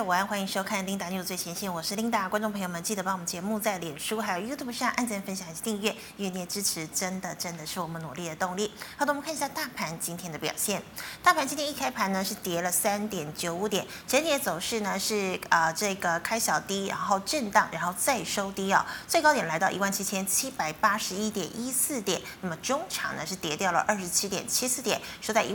午安，欢迎收看 Linda News 最前线，我是 Linda。观众朋友们，记得帮我们节目在脸书还有 YouTube 上按赞、分享以及订阅，因为你的支持真的是我们努力的动力。好的，我们看一下大盘今天的表现。大盘今天一开盘呢是跌了3.95点，整体的走势呢是这个开小低，然后震荡，然后再收低啊，最高点来到17781.14点，那么中场呢是跌掉了27.74点，收在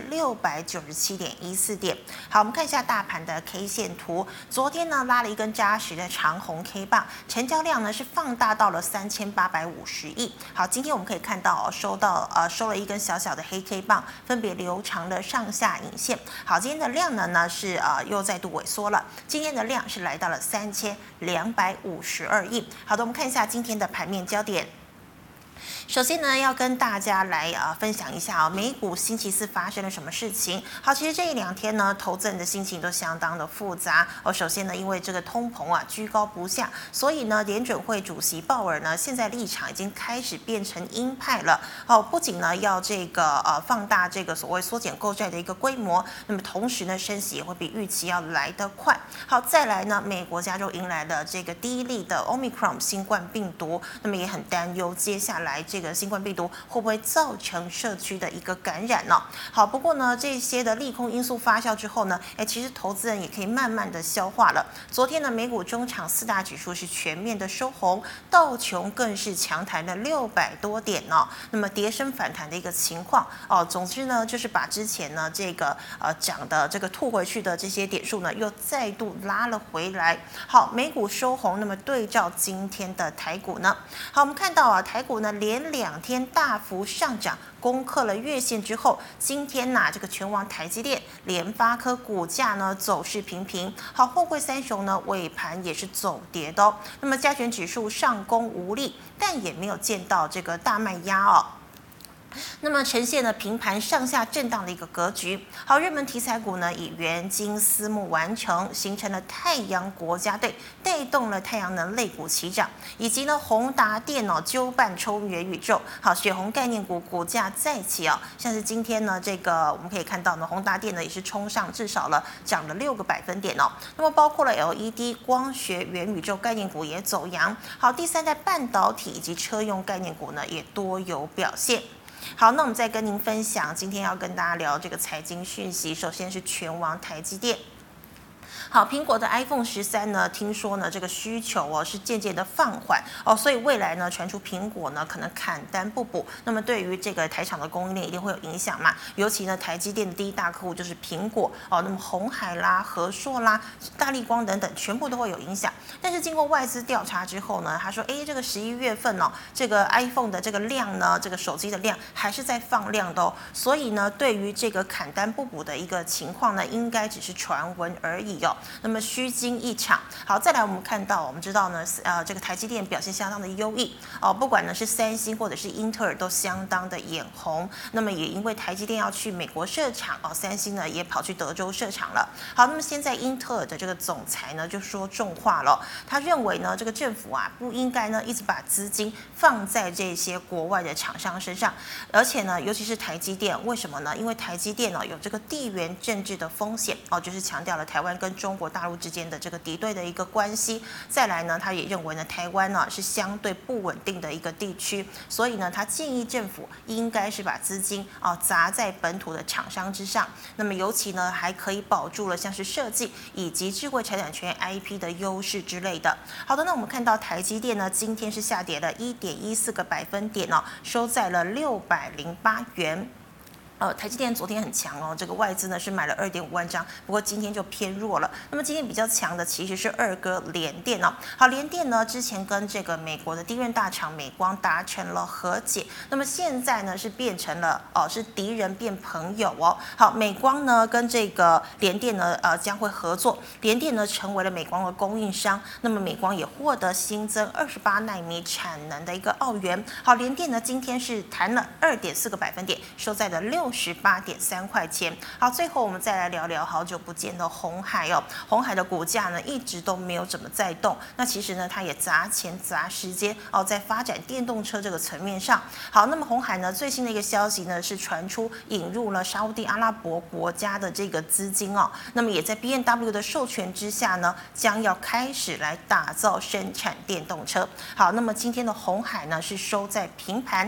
17697.14点。好，我们看一下大盘的 K 线图，昨天呢拉了一根扎实的长红 K 棒，成交量呢是放大到了3850亿。好，今天我们可以看到收了一根小小的黑 K 棒，分别留长了上下影线。好，今天的量呢是又再度萎缩了，今天的量是来到了3252亿。好的，我们看一下今天的盘面焦点。首先呢，要跟大家来分享一下美股星期四发生了什么事情。好，其实这一两天呢，投资人的心情都相当的复杂。首先呢，因为这个通膨居高不下，所以呢，联准会主席鲍尔呢，现在立场已经开始变成鹰派了。不仅呢要这个放大这个所谓缩减购债的一个规模，那么同时呢，升息也会比预期要来得快。好，再来呢，美国加州迎来了这个第一例的 Omicron 新冠病毒，那么也很担忧接下来这个新冠病毒会不会造成社区的一个感染呢？好，不过呢，这些的利空因素发酵之后呢，其实投资人也可以慢慢的消化了。昨天呢，美股中场4大指数是全面的收红，道琼更是强弹了600多点哦，那么跌升反弹的一个情况哦。总之呢，就是把之前呢这个涨的这个吐回去的这些点数呢，又再度拉了回来。好，美股收红，那么对照今天的台股呢，好，我们看到台股呢连2天大幅上涨，攻克了月线之后，今天这个全网台积电、联发科股价呢走势平平。好，货柜三雄呢尾盘也是走跌的哦。那么加权指数上攻无力，但也没有见到这个大卖压哦。那么呈现了平盘上下震荡的一个格局。好，热门题材股呢以元金私募完成，形成了太阳国家队，带动了太阳能类股齐涨，以及呢宏达电揪办抽元宇宙。好，血红概念股股价再起像是今天呢这个我们可以看到呢宏达电呢也是冲上至少了涨了6个百分点哦。那么包括了 LED 光学元宇宙概念股也走阳。好，第三代半导体以及车用概念股呢也多有表现。好，那我们再跟您分享，今天要跟大家聊这个财经讯息。首先是全网台积电。好，苹果的 iPhone 13呢，听说呢这个需求是渐渐的放缓所以未来呢传出苹果呢可能砍单不补，那么对于这个台厂的供应链一定会有影响嘛。尤其呢台积电的第一大客户就是苹果那么鸿海啦、和硕啦、大立光等等全部都会有影响。但是经过外资调查之后呢，他说这个11月份这个 iPhone 的这个量呢，这个手机的量还是在放量的所以呢对于这个砍单不补的一个情况呢，应该只是传闻而已那么虚惊一场。好，再来我们看到，我们知道呢，这个台积电表现相当的优异不管呢是三星或者是英特尔都相当的眼红。那么也因为台积电要去美国设厂三星呢也跑去德州设厂了。好，那么现在英特尔的这个总裁呢就说重话了，他认为呢这个政府不应该呢一直把资金放在这些国外的厂商身上，而且呢尤其是台积电，为什么呢？因为台积电有这个地缘政治的风险就是强调了台湾跟中国大陆之间的这个敌对的一个关系。再来呢，他也认为呢，台湾是相对不稳定的一个地区，所以呢，他建议政府应该是把资金砸在本土的厂商之上。那么尤其呢，还可以保住了像是设计以及智慧财产权 IP 的优势之类的。好的，那我们看到台积电呢，今天是下跌了1.14个百分点收在了608元。台积电昨天很强这个外资呢是买了2.5万张，不过今天就偏弱了。那么今天比较强的其实是二哥联电好，联电呢之前跟这个美国的低润大厂美光达成了和解，那么现在呢是变成了是敌人变朋友好，美光呢跟这个联电呢将会合作，联电呢成为了美光的供应商，那么美光也获得新增28奈米产能的一个澳元。好，联电呢今天是弹了2.4个百分点，收在了 68.3块钱。好，最后我们再来聊聊好久不见的鸿海哦。鸿海的股价呢一直都没有怎么在动，那其实呢它也砸钱砸时间哦，在发展电动车这个层面上。好，那么鸿海呢最新的一个消息呢是传出引入了沙烏地阿拉伯国家的这个资金哦，那么也在 BMW 的授权之下呢，将要开始来打造生产电动车。好，那么今天的鸿海呢是收在平盘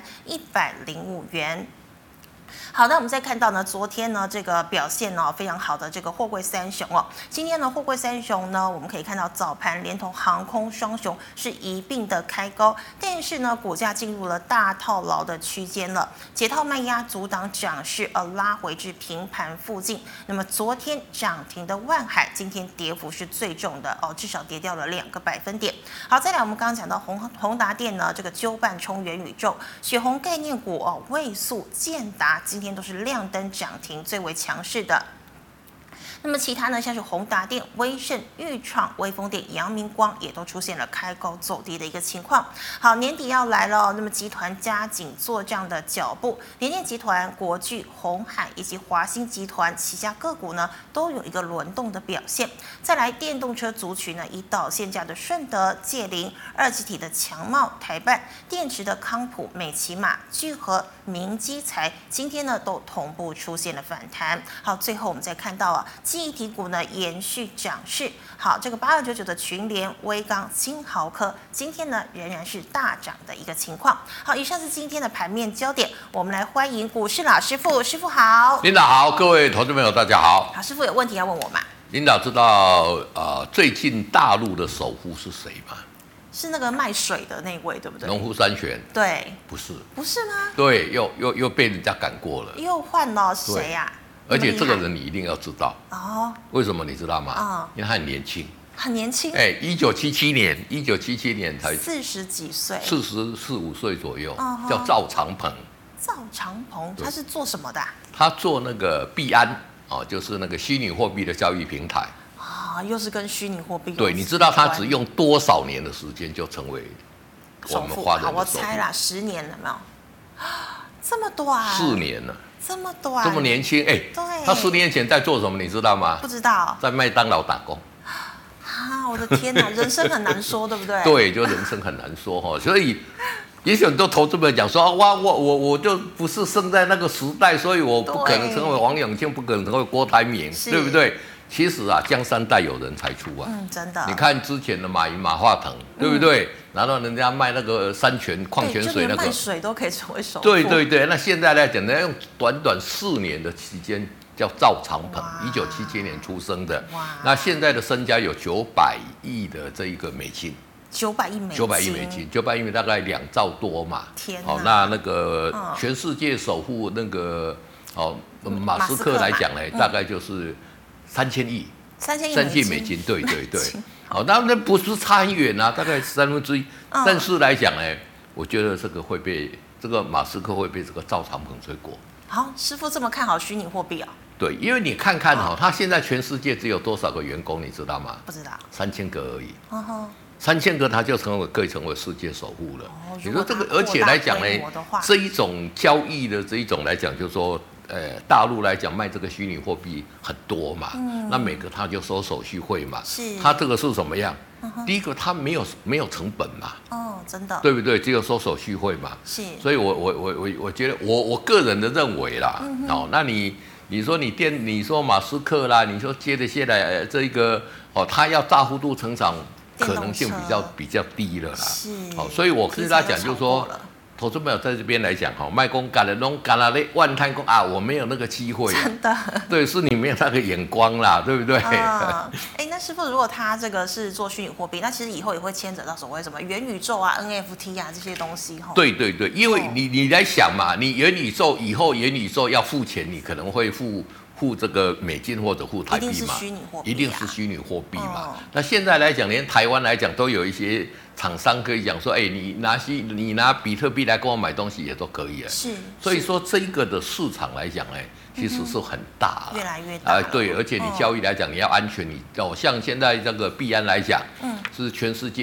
105元。好，那我们再看到呢，昨天呢这个表现呢非常好的这个货柜三雄哦，今天呢货柜三雄呢，我们可以看到早盘连同航空双雄是一并的开高，但是呢股价进入了大套牢的区间了，解套卖压阻挡涨势，拉回至平盘附近。那么昨天涨停的万海，今天跌幅是最重的哦，至少跌掉了2个百分点。好，再来我们刚刚讲到宏达电呢，这个揪伴冲元宇宙，血红概念股哦，位速、建达今天都是亮灯涨停，最为强势的。那么其他呢，像是宏达电、威盛、裕创、威风电、阳明光也都出现了开高走低的一个情况。好，年底要来了，那么集团加紧做这样的脚步，联电集团、国巨、鸿海以及华兴集团旗下个股呢，都有一个轮动的表现。再来，电动车族群呢，以导线价的顺德、界霖、二极体的强茂、台办、电池的康普、美骑马、聚合、明基材，今天呢都同步出现了反弹。好，最后我们再看到啊。记忆体股呢延续涨势，好，这个8299的群联、威刚、金豪科今天呢仍然是大涨的一个情况。好，以上是今天的盘面焦点，我们来欢迎股市老师傅，师傅好。 领导好，各位投资朋友大家好。 好，师傅有问题要问我吗？ 领导知道最近大陆的首富是谁吗？ 是那个卖水的那位，对不对？ 农夫山泉。 对， 不是。 不是吗？ 对，又被人家赶过了。 又换了谁呀？ 而且这个人你一定要知道哦， 为什么你知道吗？因为他很年轻， 很年轻。 1977年才 40几岁 ，44、45岁左右，叫赵长鹏。 赵长鹏他是做什么的？ 他做那个币安哦，就是那个虚拟货币的交易平台啊，又是跟虚拟货币。 对，你知道他只用多少年的时间就成为我们华人的首富？ 我猜啦，10年了没有？这么多啊 ？4年了。 这么短， 这么年轻，对，他10年前在做什么，你知道吗？ 不知道， 在麦当劳打工。 啊，我的天哪，人生很难说，对不对？ 对，就人生很难说哈，所以也许很多投资者讲说，哇，我就不是生在那个时代，所以我不可能成为王永庆，不可能成为郭台铭，对不对？其实啊，江山代有人才出啊， 真的。你看之前的马云、马化腾，对不对？然后人家卖那个山泉矿泉水，那个卖水都可以成为首富。 对，那现在来讲呢，用短4年的期间，叫赵长鹏，1977年出生的，那现在的身家有900亿的这一个美金。 900亿美金 ，900亿大概2兆多嘛。 天哪！ 那个全世界首富那个马斯克来讲呢，大概就是3000亿美金，对。好，当然不是差很远啊，大概1/3。但是来讲呢，我觉得这个马斯克会被这个赵长鹏追过。 好，师傅这么看好虚拟货币啊？ 对，因为你看看他现在全世界只有多少个员工，你知道吗？ 不知道 ，3000个而已。3000个他就可以成为世界首富了。你说这个，而且来讲呢，这一种交易的这一种来讲，就是说，大陆来讲卖这个虚拟货币很多嘛，那每个他就收手续费嘛。他这个是什么样？第一个他没有成本嘛。 真的。 对不对？只有收手续费嘛。所以我觉得我个人的认为啦，那你说马斯克啦，你说接着下来这一个他要大幅度成长。可能性比较低了啦，所以我跟大家讲，就是说，投资朋友在这边来讲，卖公干了，弄干了嘞，万摊公啊，我没有那个机会， 真的， 对，是你没有那个眼光啦，对不对？ 那师傅，如果他这个是做虚拟货币，那其实以后也会牵扯到所谓什么元宇宙啊、NFT 啊这些东西， 对，因为你来想嘛，你元宇宙以后元宇宙要付钱，你可能会付这个美金或者付台币嘛，一定是虚拟货币嘛。那现在来讲，连台湾来讲，都有一些厂商可以讲说，你拿比特币来跟我买东西也都可以了。所以说这个的市场来讲呢，其实是很大了， 越来越大。 对，而且你交易来讲，你要安全，像现在这个币安来讲，是全世界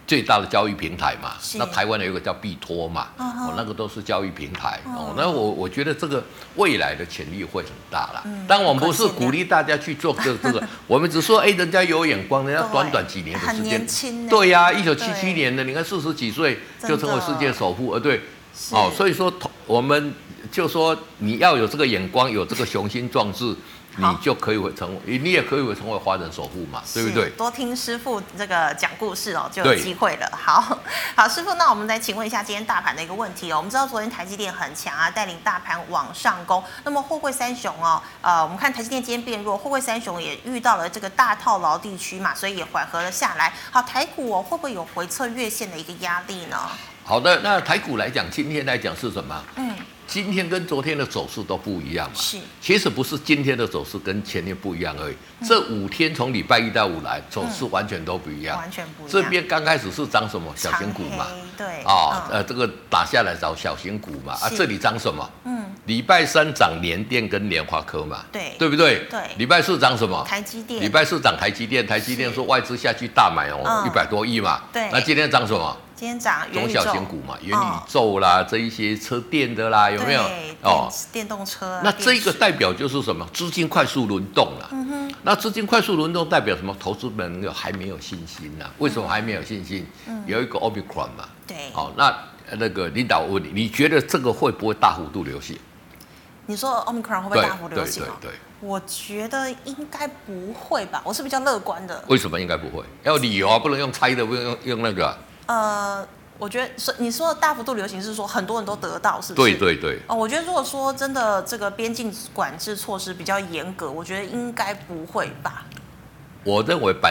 最大的交易平台嘛，那台湾有一个叫币托嘛，那个都是交易平台那我觉得这个未来的潜力会很大啦。但我们不是鼓励大家去做这个，我们只说人家有眼光，人家短短几年的时间，对呀，1977年的，你看40几岁就成为世界首富，对，所以说我们就说你要有这个眼光，有这个雄心壮志。你就可以你也可以成为华人首富嘛，对不对？ 多听师傅这个讲故事就有机会了。好，师傅，那我们再请问一下今天大盘的一个问题我们知道昨天台积电很强带领大盘往上攻。那么货柜三雄我们看台积电今天变弱，货柜三雄也遇到了这个大套牢地区嘛，所以也缓和了下来。好，台股会不会有回测月线的一个压力呢？ 好的，那台股来讲，今天来讲是什么？今天跟昨天的走势都不一样嘛。其实不是今天的走势跟前天不一样而已。这5天从礼拜1到5来，走势完全都不一样。 完全不一样。 这边刚开始是涨什么小型股嘛？ 对。 这个打下来找小型股嘛。这里涨什么？礼拜3涨联电跟联发科嘛。 对。 对不对？ 对。 礼拜4涨什么？ 台积电。 礼拜4涨台积电，台积电说外资下去大买100多亿嘛。 对。 那今天涨什么？ 今天涨中小型股嘛，元宇宙啦，这一些车电的啦，有没有？ 电动车。 那这个代表就是什么？资金快速轮动了。那资金快速轮动代表什么？投资人还没有信心呐。为什么还没有信心？有一个 Omicron 嘛。 对。 那个领导问你觉得这个会不会大幅度流行？ 你说 Omicron 会不会大幅流行？ 对。 我觉得应该不会吧，我是比较乐观的。 为什么应该不会？要理由啊，不能用猜的，不能用那个。 我觉得你说的大幅度流行是说很多人都得到，是不是？ 对。 我觉得如果说真的这个边境管制措施比较严格，我觉得应该不会吧。 我认为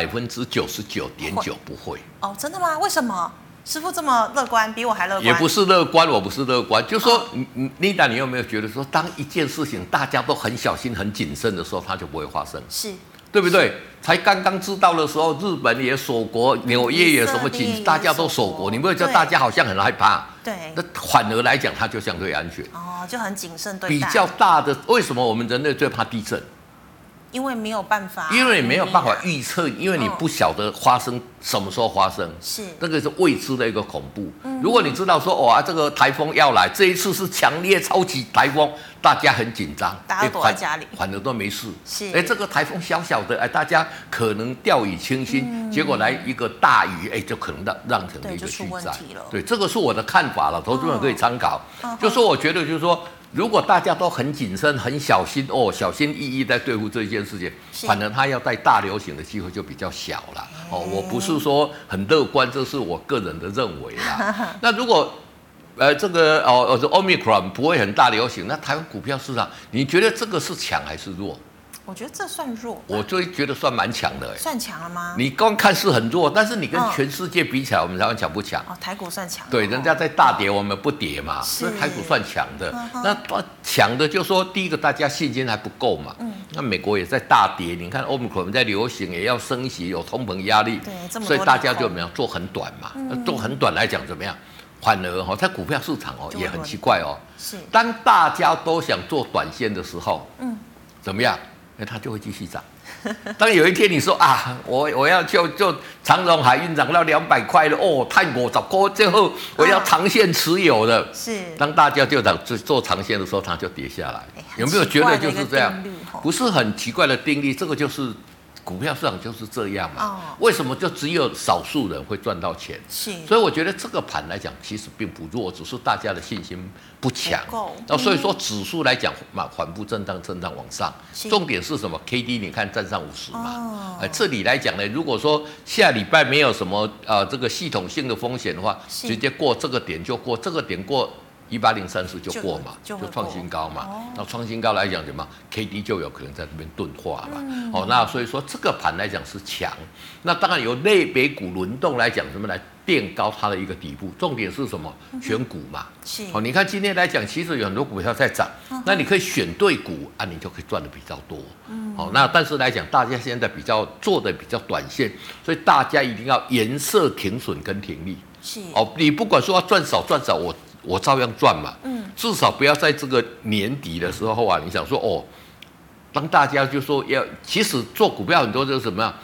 99.9%不会。 真的吗？为什么？师傅这么乐观，比我还乐观？ 也不是乐观，我不是乐观，就是说，你有没有觉得说，当一件事情大家都很小心、很谨慎的时候，它就不会发生？ 是。 对不对？才刚刚知道的时候，日本也锁国，纽约也什么紧，大家都锁国，你没有觉得大家好像很害怕？ 对。 那反而来讲，它就相对安全。 就很谨慎对待。 比较大的，为什么我们人类最怕地震？ 因为没有办法。 因为你没有办法预测，因为你不晓得发生什么时候发生。 是。 那个是未知的一个恐怖。如果你知道说，这个台风要来，这一次是强烈超级台风。大家很紧张， 大家躲在家里， 反而都没事。 是， 这个台风小小的，大家可能掉以轻心，结果来一个大雨，就可能让成了一个巨灾。对，这个是我的看法了，投资人可以参考。就说我觉得，就是说，如果大家都很谨慎、很小心小心翼翼在对付这件事情，反而他要带大流行的机会就比较小了。我不是说很乐观，这是我个人的认为啦。那如果这个Omicron 不会很大流行，那台湾股票市场，你觉得这个是强还是弱？ 我觉得这算弱， 我就觉得算蛮强的。 算强了吗？ 你光看是很弱，但是你跟全世界比起来，我们台湾强不强？ 台股算强。 对，人家在大跌，我们不跌嘛，所以台股算强的。那强的就说第一个，大家信心还不够嘛。那美国也在大跌，你看 Omicron 在流行，也要升息，有通膨压力，所以大家就怎么样做很短嘛？做很短来讲怎么样？反而在股票市场也很奇怪是当大家都想做短线的时候，怎么样？它就会继续涨。当有一天你说我要就长荣海运涨到200块了探50块之后，我要长线持有的。 是。 当大家就做长线的时候，它就跌下来。有没有觉得就是这样？不是很奇怪的定律，这个就是。股票市场就是这样嘛？为什么就只有少数人会赚到钱？所以我觉得这个盘来讲，其实并不弱，只是大家的信心不强。所以说指数来讲缓步震荡往上，重点是什么 ？KD 你看站上50嘛？这里来讲呢，如果说下礼拜没有什么这个系统性的风险的话，直接过这个点就过，这个点过。18034就过嘛，就创新高嘛。那创新高来讲什么 ？KD 就有可能在这边钝化嘛。那所以说这个盘来讲是强。那当然有类别股轮动来讲，什么来垫高它的一个底部。重点是什么？选股嘛。你看今天来讲，其实有很多股票在涨，那你可以选对股你就可以赚的比较多。那但是来讲，大家现在做的比较短线，所以大家一定要颜色停损跟停利。你不管说要赚少，我照样赚嘛，至少不要在这个年底的时候你想说当大家就说其实做股票很多就是什么样，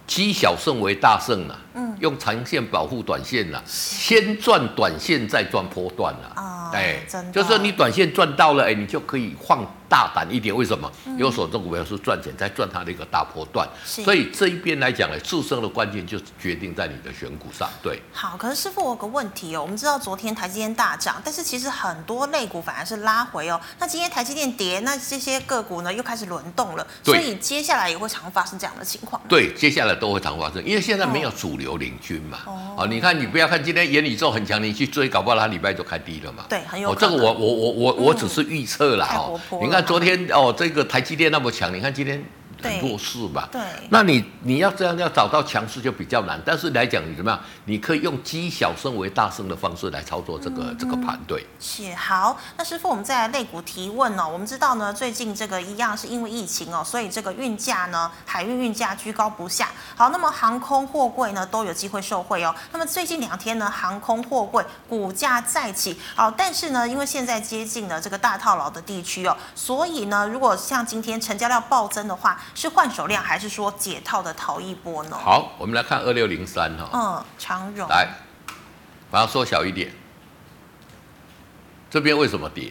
积小胜为大胜啦，用长线保护短线啦，先赚短线再赚波段啦，就是说你短线赚到了，你就可以放大胆一点。为什么？有手中股票是赚钱，再赚它的一个大波段，所以这一边来讲呢，制胜的关键就决定在你的选股上。对， 好，可是师傅，我有个问题哦，我们知道昨天台积电大涨，但是其实很多类股反而是拉回哦。那今天台积电跌，那这些个股呢又开始轮动了，所以接下来也会常发生这样的情况。 对，接下来都会常发生，因为现在没有主流领军嘛。你看，你不要看今天元宇宙很强，你去追，搞不好它礼拜就开低了嘛。 对，很有可能。 这个我只是预测啦。你看昨天这个台积电那么强，你看今天很弱势吧？ 对。 那你要这样要找到强势就比较难，但是来讲你怎么样？你可以用积小胜为大胜的方式来操作这个盘。对。 是好，那师傅，我们再来类股提问哦。我们知道呢，最近这个一样是因为疫情哦，所以这个运价呢，海运运价居高不下。好，那么航空货柜呢都有机会受惠哦。那么最近2天呢，航空货柜股价再起，好，但是呢，因为现在接近了这个大套牢的地区哦，所以呢，如果像今天成交量暴增的话，是换手量还是说解套的逃一波呢？ 好，我们来看2603哈。 长荣来，把它缩小一点。这边为什么跌？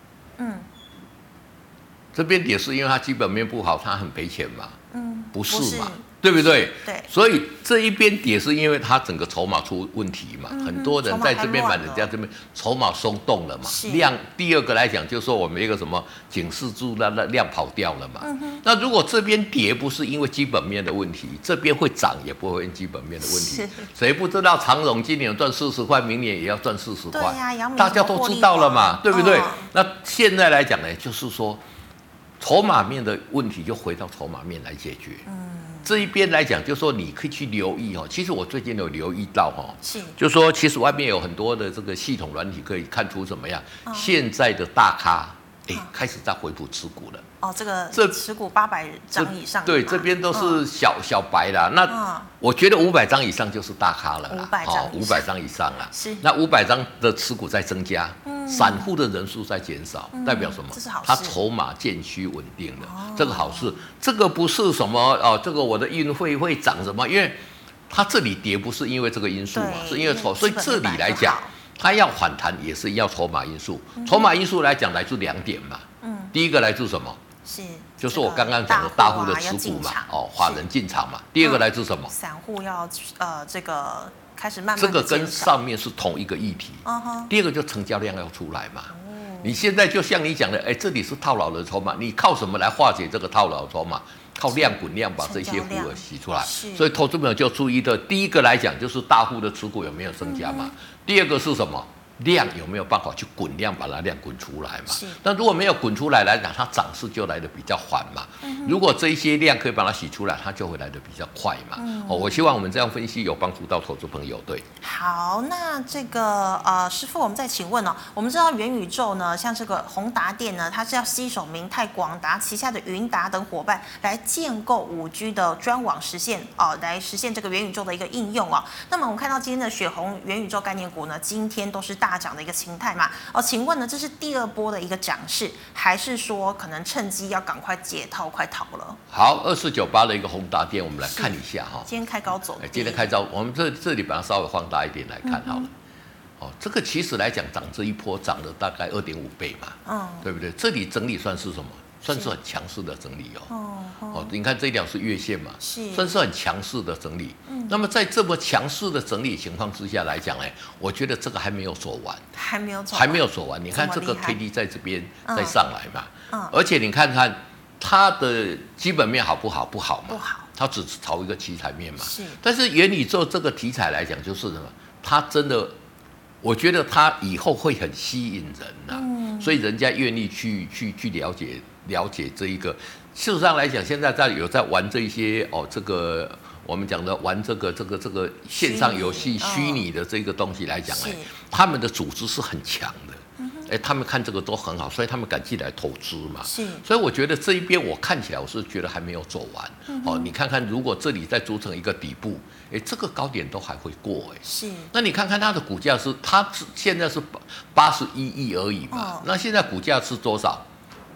这边跌是因为它基本面不好，它很赔钱嘛？不是嘛？对不对？ 对。 所以这一边跌是因为它整个筹码出问题嘛，很多人在这边买，人家这边筹码松动了嘛。量第二个来讲，就是说我们一个什么警示柱那量跑掉了嘛。那如果这边跌不是因为基本面的问题，这边会涨也不会因基本面的问题。谁不知道长荣今年赚40块，明年也要赚40块？ 对呀， 大家都知道了嘛，对不对？那现在来讲呢，就是说筹码面的问题就回到筹码面来解决。这一边来讲，就是说你可以去留意哦。其实我最近有留意到哦，就是说其实外面有很多的这个系统软体可以看出怎么样，现在的大咖开始在回补持股了。 这持股800张以上， 对，这边都是小白啦。那我觉得500张以上就是大咖了啦。500张以上啦。 是。 那500张的持股在增加，散户的人数在减少，代表什么？ 这是好事。 它筹码渐趋稳定了，这个好事。这个不是什么这个我的运费会涨什么？因为它这里跌不是因为这个因素嘛，是因为所以这里来讲，它要反弹也是要筹码因素。筹码因素来讲来自2点嘛。第一个来自什么？就是我刚刚讲的大户的持股嘛，法人进场嘛。第二个来自什么？ 散户要这个开始慢慢这个跟上面是同一个议题。第二个就成交量要出来嘛。你现在就像你讲的，这里是套牢的筹码，你靠什么来化解这个套牢筹码？靠量滚量把这些户额洗出来。所以投资朋友就注意的，第一个来讲就是大户的持股有没有增加嘛？第二个是什么？量有没有办法去滚量把它量滚出来嘛？但如果没有滚出来讲，它涨势就来得比较缓嘛。如果这一些量可以把它洗出来，它就会来得比较快嘛。我希望我们这样分析有帮助到投资朋友。对， 好，那这个师傅，我们再请问哦，我们知道元宇宙呢，像这个宏达电呢，它是要携手明泰、广达旗下的云达等伙伴来建构5G 的专网，来实现这个元宇宙的一个应用哦。那么我们看到今天的雪红元宇宙概念股呢，今天都是大涨的一个形态嘛。请问呢，这是第2波的一个涨势，还是说可能趁机要赶快解套，快逃了？ 好，2498的一个宏达电，我们来看一下哈。 今天开高走， 今天开高，我们这里把它稍微放大一点来看好了。这个其实来讲，涨这一波涨了大概2.5倍嘛，对不对？这里整理算是什么？算是很强势的整理你看这一条是月线嘛，算是很强势的整理。那么在这么强势的整理情况之下来讲呢，我觉得这个还没有走完，还没有走完。你看这个 K D 在这边再上来嘛，而且你看看它的基本面好不好？不好嘛，不好。它只炒一个题材面嘛，但是元宇宙这个题材来讲，就是什么？它真的，我觉得它以后会很吸引人呐，所以人家愿意去了解这一个。事实上来讲，现在有在玩这些这个我们讲的玩这个线上游戏虚拟的这个东西来讲，他们的组织是很强的。他们看这个都很好，所以他们敢进来投资嘛。所以我觉得这一边我看起来我是觉得还没有走完。你看看如果这里再组成一个底部，这个高点都还会过。那你看看它的股价它现在是81亿而已嘛。那现在股价是多少？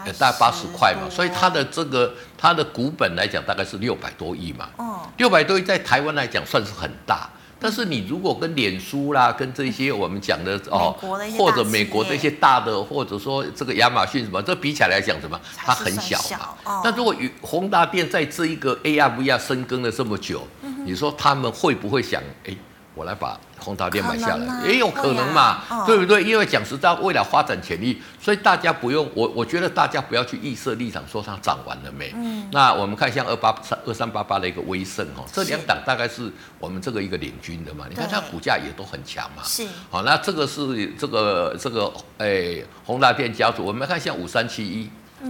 大概80块嘛，所以它的股本来讲大概是600多亿嘛，600多亿在台湾来讲算是很大。但是你如果跟脸书啦，跟这些我们讲的或者美国的一些大的，或者说这个亚马逊什么，这比起来讲什么，它很小嘛。那如果宏达电在这一个 AR/VR 深耕了这么久，你说他们会不会想，我来把宏达电买下来，也有可能嘛，对不对？因为讲实在，未来发展潜力，所以大家不用我觉得大家不要去预设立场，说它涨完了没。那我们看像2388的一个威盛这两档大概是我们这个一个领军的嘛。你看它股价也都很强嘛。 是。 好，那这个是这个宏达电家族，我们看像5371，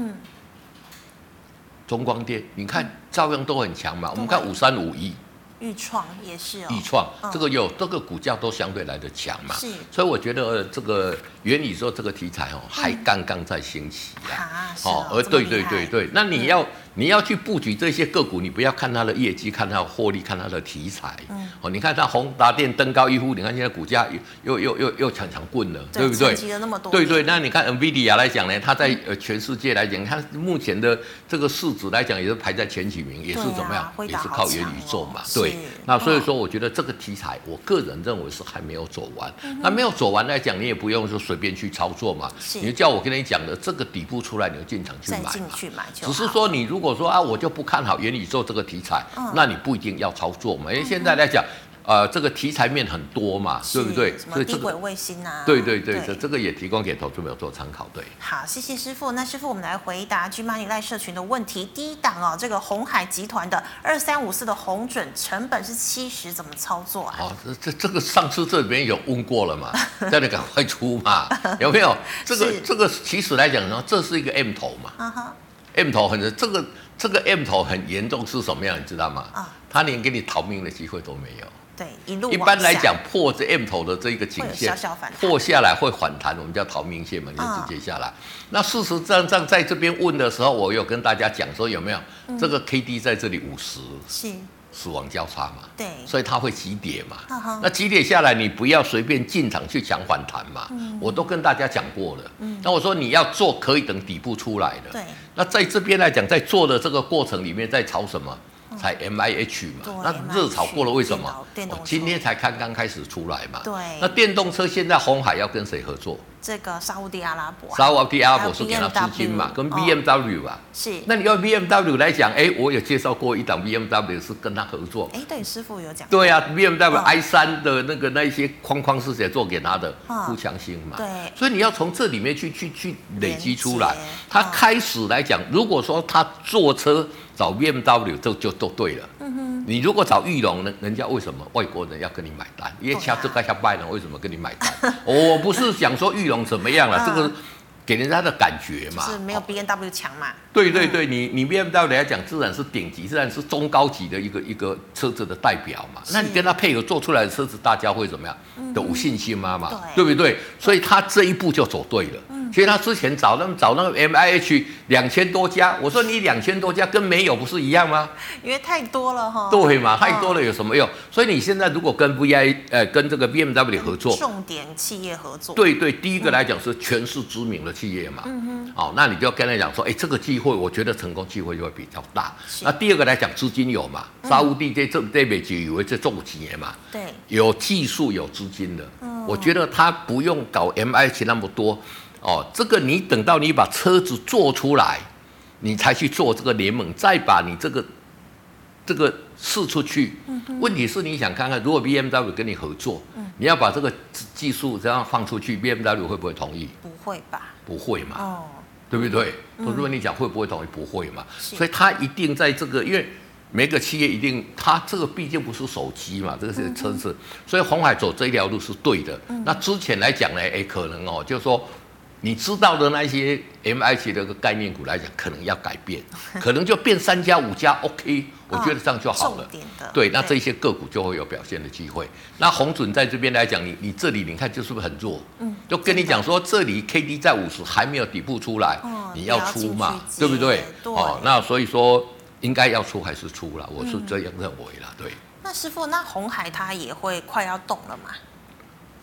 中光电，你看照样都很强嘛。我们看5351。 裕创也是裕创这个股价都相对来的强嘛，所以我觉得这个元宇宙这个题材还刚刚在兴起对，那你要去布局这些个股，你不要看它的业绩，看它的获利，看它的题材。你看它宏达电登高一呼，你看现在股价又强棍了，对不对？对，那你看 NVIDIA 来讲呢，它在全世界来讲，它目前的这个市值来讲也是排在前几名，也是怎么样？也是靠元宇宙嘛，对。那所以说，我觉得这个题材，我个人认为是还没有走完。那没有走完来讲，你也不用说随便去操作嘛。你叫我跟你讲的，这个底部出来，你就进场去买。只是说，你如果说我就不看好元宇宙这个题材，那你不一定要操作嘛。因为现在来讲。这个题材面很多嘛，对不对？ 什么低轨卫星啊？ 对，这个也提供给投资朋友做参考。对， 好，谢谢师傅。那师傅，我们来回答 G-Money 赖社群的问题。第一档这个鸿海集团的2354的鸿准成本是70，怎么操作啊？ 这个上次这里面有问过了嘛，叫你赶快出嘛，有没有？这个其实来讲呢，这是一个 M 头嘛，M 头这个 M 头很严重是什么样，你知道吗？他连给你逃命的机会都没有。 对，一般来讲，破这 M 头的这个颈线，破下来会反弹，我们叫逃命线嘛，就直接下来。那事实上，在这边问的时候，我有跟大家讲说，有没有这个 KD 在这里50，是死亡交叉嘛？对，所以它会急跌嘛。那急跌下来，你不要随便进场去抢反弹嘛。我都跟大家讲过了。那我说你要做，可以等底部出来的。对。那在这边来讲，在做的这个过程里面，在炒什么？才 MIH 嘛，那热炒过了，为什么？今天才刚刚开始出来嘛。对。那电动车现在鸿海要跟谁合作？这个沙烏地阿拉伯。沙烏地阿拉伯是给他资金嘛，跟 BMW 吧。是。那你要 BMW 来讲，我有介绍过一档 BMW 是跟他合作。对，师傅有讲。对啊 ，BMW i3 的那一些框是谁做给他的？富强兴嘛。对。所以你要从这里面去累积出来。他开始来讲，如果说他坐车。找 BMW 就都对了。你如果找裕隆呢，人家为什么外国人要跟你买单？因为下这个下拜呢，为什么跟你买单？我不是讲说裕隆怎么样了，这个给人家的感觉嘛，是没有 BMW 强嘛。对，你 BMW 来讲，自然是顶级，自然是中高级的一个车子的代表嘛。那你跟他配合做出来的车子，大家会怎么样？都有信心嘛，对不对？所以他这一步就走对了。其实他之前找那个 MIH 2000多家，我说你2000多家跟没有不是一样吗？因为太多了哈。对嘛，太多了有什么用？所以你现在如果跟跟这个 BMW 合作，重点企业合作，对，第一个来讲是全市知名的企业嘛。那你就要跟他讲说，这个机会我觉得成功机会就会比较大。那第二个来讲资金有嘛，沙烏地这边就以为这重企业嘛，对，有技术有资金的，我觉得他不用搞 MIH 那么多。这个你等到你把车子做出来，你才去做这个联盟，再把你这个试出去。问题是你想看看，如果 BMW 跟你合作，你要把这个技术这样放出去 ，BMW 会不会同意？不会吧？不会嘛？对不对？如果你讲会不会同意，不会嘛？所以他一定在这个，因为每个企业一定，他这个毕竟不是手机嘛，这个是车子，所以鸿海走这条路是对的。那之前来讲呢，可能就是说。你知道的那些 MIH 的概念股来讲，可能要改变，可能就变3家5家 OK， 我觉得这样就好了。对，那这些个股就会有表现的机会。那鸿准在这边来讲，你这里你看就是不是很弱？就跟你讲说，这里 KD 在50还没有底部出来，你要出嘛，对不对？那所以说应该要出还是出了，我是这样认为啦。对。那师傅，那鸿海它也会快要动了嘛？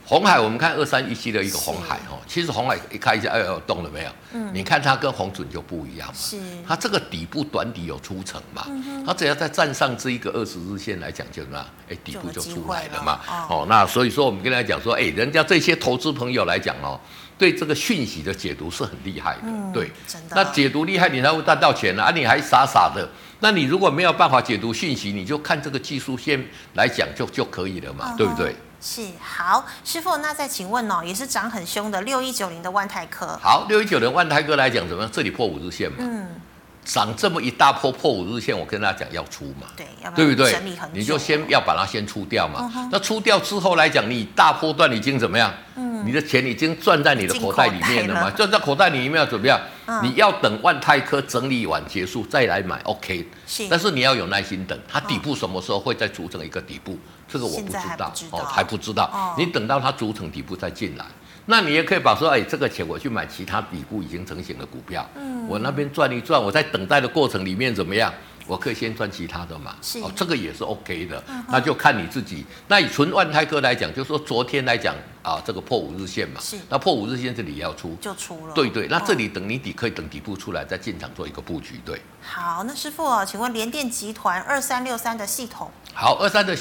鸿海我们看2317的一个鸿海哦，其实鸿海一看一下，哎呦动了没有？你看它跟鸿准就不一样嘛，它这个底部短底有出层嘛，它只要再站上这一个20日线来讲，就什么？底部就出来了嘛。哦，那所以说我们跟他讲说，人家这些投资朋友来讲哦，对这个讯息的解读是很厉害的，对，那解读厉害，你才会赚到钱啊！你还傻傻的，那你如果没有办法解读讯息，你就看这个技术线来讲就可以了嘛，对不对？ 是，好，师傅，那再请问哦，也是涨很凶的6190的万泰科。 好，6190万泰科来讲怎么样？这里破5日线嘛，涨这么一大波破5日线，我跟大家讲要出嘛，对不对？你就先要把它先出掉嘛。那出掉之后来讲，你大波段已经怎么样？你的钱已经赚在你的口袋里面了嘛？赚在口袋里面要怎么样？你要等万泰科整理完结束再来买 ，OK。但是你要有耐心等，它底部什么时候会再组成一个底部？这个我不知道哦，还不知道。你等到它组成底部再进来，那你也可以把说，这个钱我去买其他底部已经成型的股票，我那边赚一赚，我在等待的过程里面怎么样？我可以先赚其他的嘛，这个也是 OK 的，那就看你自己。那以纯万泰科来讲，就是说昨天来讲这个破5日线嘛，那破5日线这里也要出， 就出了。 对，那这里等你可以等底部出来再进场做一个布局，对。 好，那师傅请问联电集团2363的系统。 好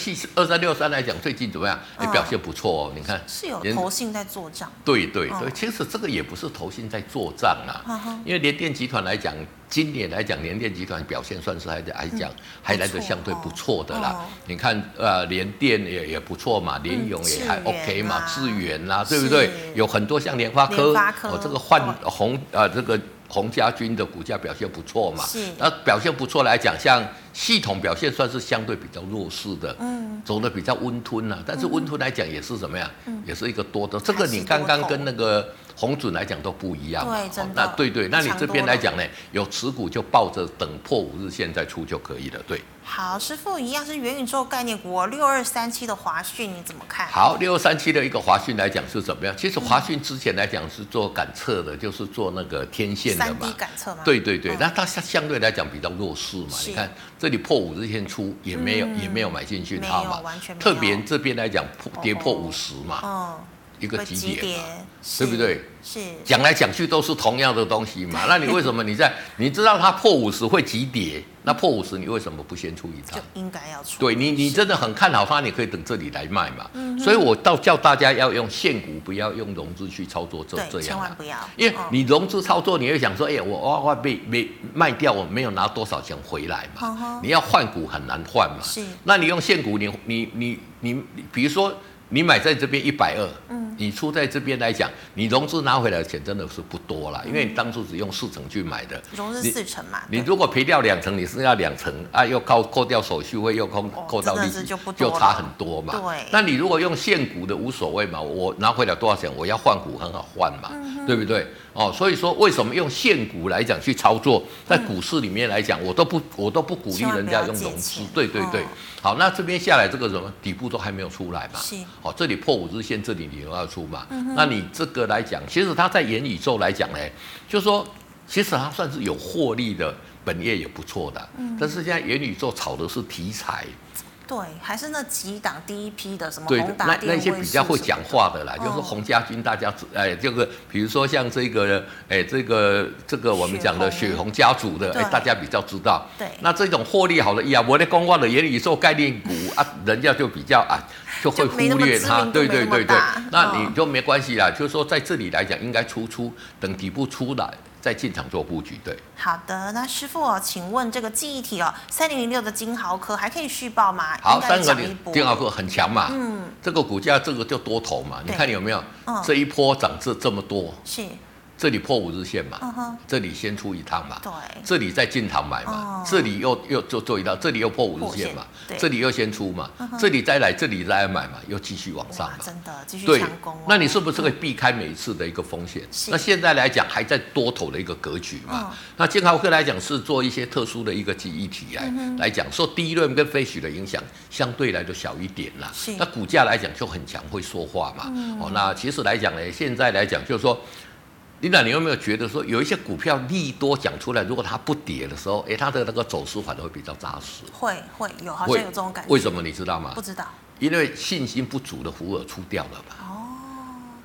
，2363来讲，最近怎么样？表现不错哦。你看是有投信在做账。 对，其实这个也不是投信在做账啊，因为联电集团来讲，今年来讲，联电集团表现算是还来得相对不错的啦。你看联电也不错嘛，联咏也还 OK 嘛，智原啦，对不对？有很多像联发科这个这个洪家军的股价表现不错嘛，那表现不错来讲，像系统表现算是相对比较弱势的，走的比较温吞啊，但是温吞来讲也是怎么样，也是一个多的，这个你刚刚跟那个鸿准来讲都不一样嘛，那对，那你这边来讲呢，有持股就抱着等破5日线再出就可以了，对。 好，师傅一样是元宇宙概念股6237的华讯，你怎么看？ 好，6237的一个华讯来讲是怎么样？其实华讯之前来讲是做感测的，就是做那个天线的嘛 ，3D 感测嘛。 对，那它相对来讲比较弱势嘛。你看这里破5日线出也没有买进讯号嘛， 完全没有。 特别这边来讲跌破50嘛，一个极点嘛，对不对？ 是讲来讲去都是同样的东西嘛。那你为什么你知道它破50会急跌，那破50你为什么不先出一趟？ 就应该要出。 对你真的很看好它，你可以等这里来卖嘛。所以我叫大家要用现股，不要用融资去操作这样。 千万不要。 因为你融资操作，你会想说，我被卖掉，我没有拿多少钱回来嘛。你要换股很难换嘛。是。那你用现股，你比如说。你买在这边120，你出在这边来讲，你融资拿回来的钱真的是不多啦，因为你当初只用4成去买的， 融资4成嘛。 你如果赔掉2成，你剩下2成啊，又扣掉手续费，又扣到利息，就差很多嘛。 对。 那你如果用现股的无所谓嘛，我拿回来多少钱，我要换股很好换嘛，对不对？所以说为什么用现股来讲去操作，在股市里面来讲，我都不鼓励人家用融资。对。好，那这边下来这个什么底部都还没有出来嘛？这里破5日线，这里你又要出嘛？那你这个来讲，其实它在元宇宙来讲呢，就是说，其实它算是有获利的，本业也不错的。但是现在元宇宙炒的是题材。 对，还是那几档第一批的什么宏达电、 那些比较会讲话的啦，就是洪家军，大家这个比如说像这个这个我们讲的雪红家族的，大家比较知道。 对， 那这种获利好了，我的公告的元宇宙概念股人家就比较就会忽略它。对，那你就没关系啦，就是说在这里来讲，应该等底部出来。在进场做布局，对。 好的，那师傅请问这个记忆体3006的金豪科还可以续报吗？ 好，3006金豪科很强嘛，这个股价这个就多头嘛，你看有没有？这一波涨这么多， 是。 这里破5日线嘛，这里先出一趟嘛， 对， 这里再进场买嘛，这里又做一趟，这里又破5日线嘛，这里又先出嘛，这里再来买嘛，又继续往上嘛， 真的继续强攻。 那你是不是可以避开每一次的一个风险？那现在来讲还在多头的一个格局嘛，那金豪科来讲是做一些特殊的一个记忆体来讲，受第一轮跟飞许的影响相对来就小一点啦，那股价来讲就很强，会说话嘛，那其实来讲呢，现在来讲就是说。你有没有觉得说有一些股票利多讲出来，如果它不跌的时候，它的那个走势反而会比较扎实？ 会好像有这种感觉。 为什么你知道吗？ 不知道。 因为信心不足的福尔出掉了嘛。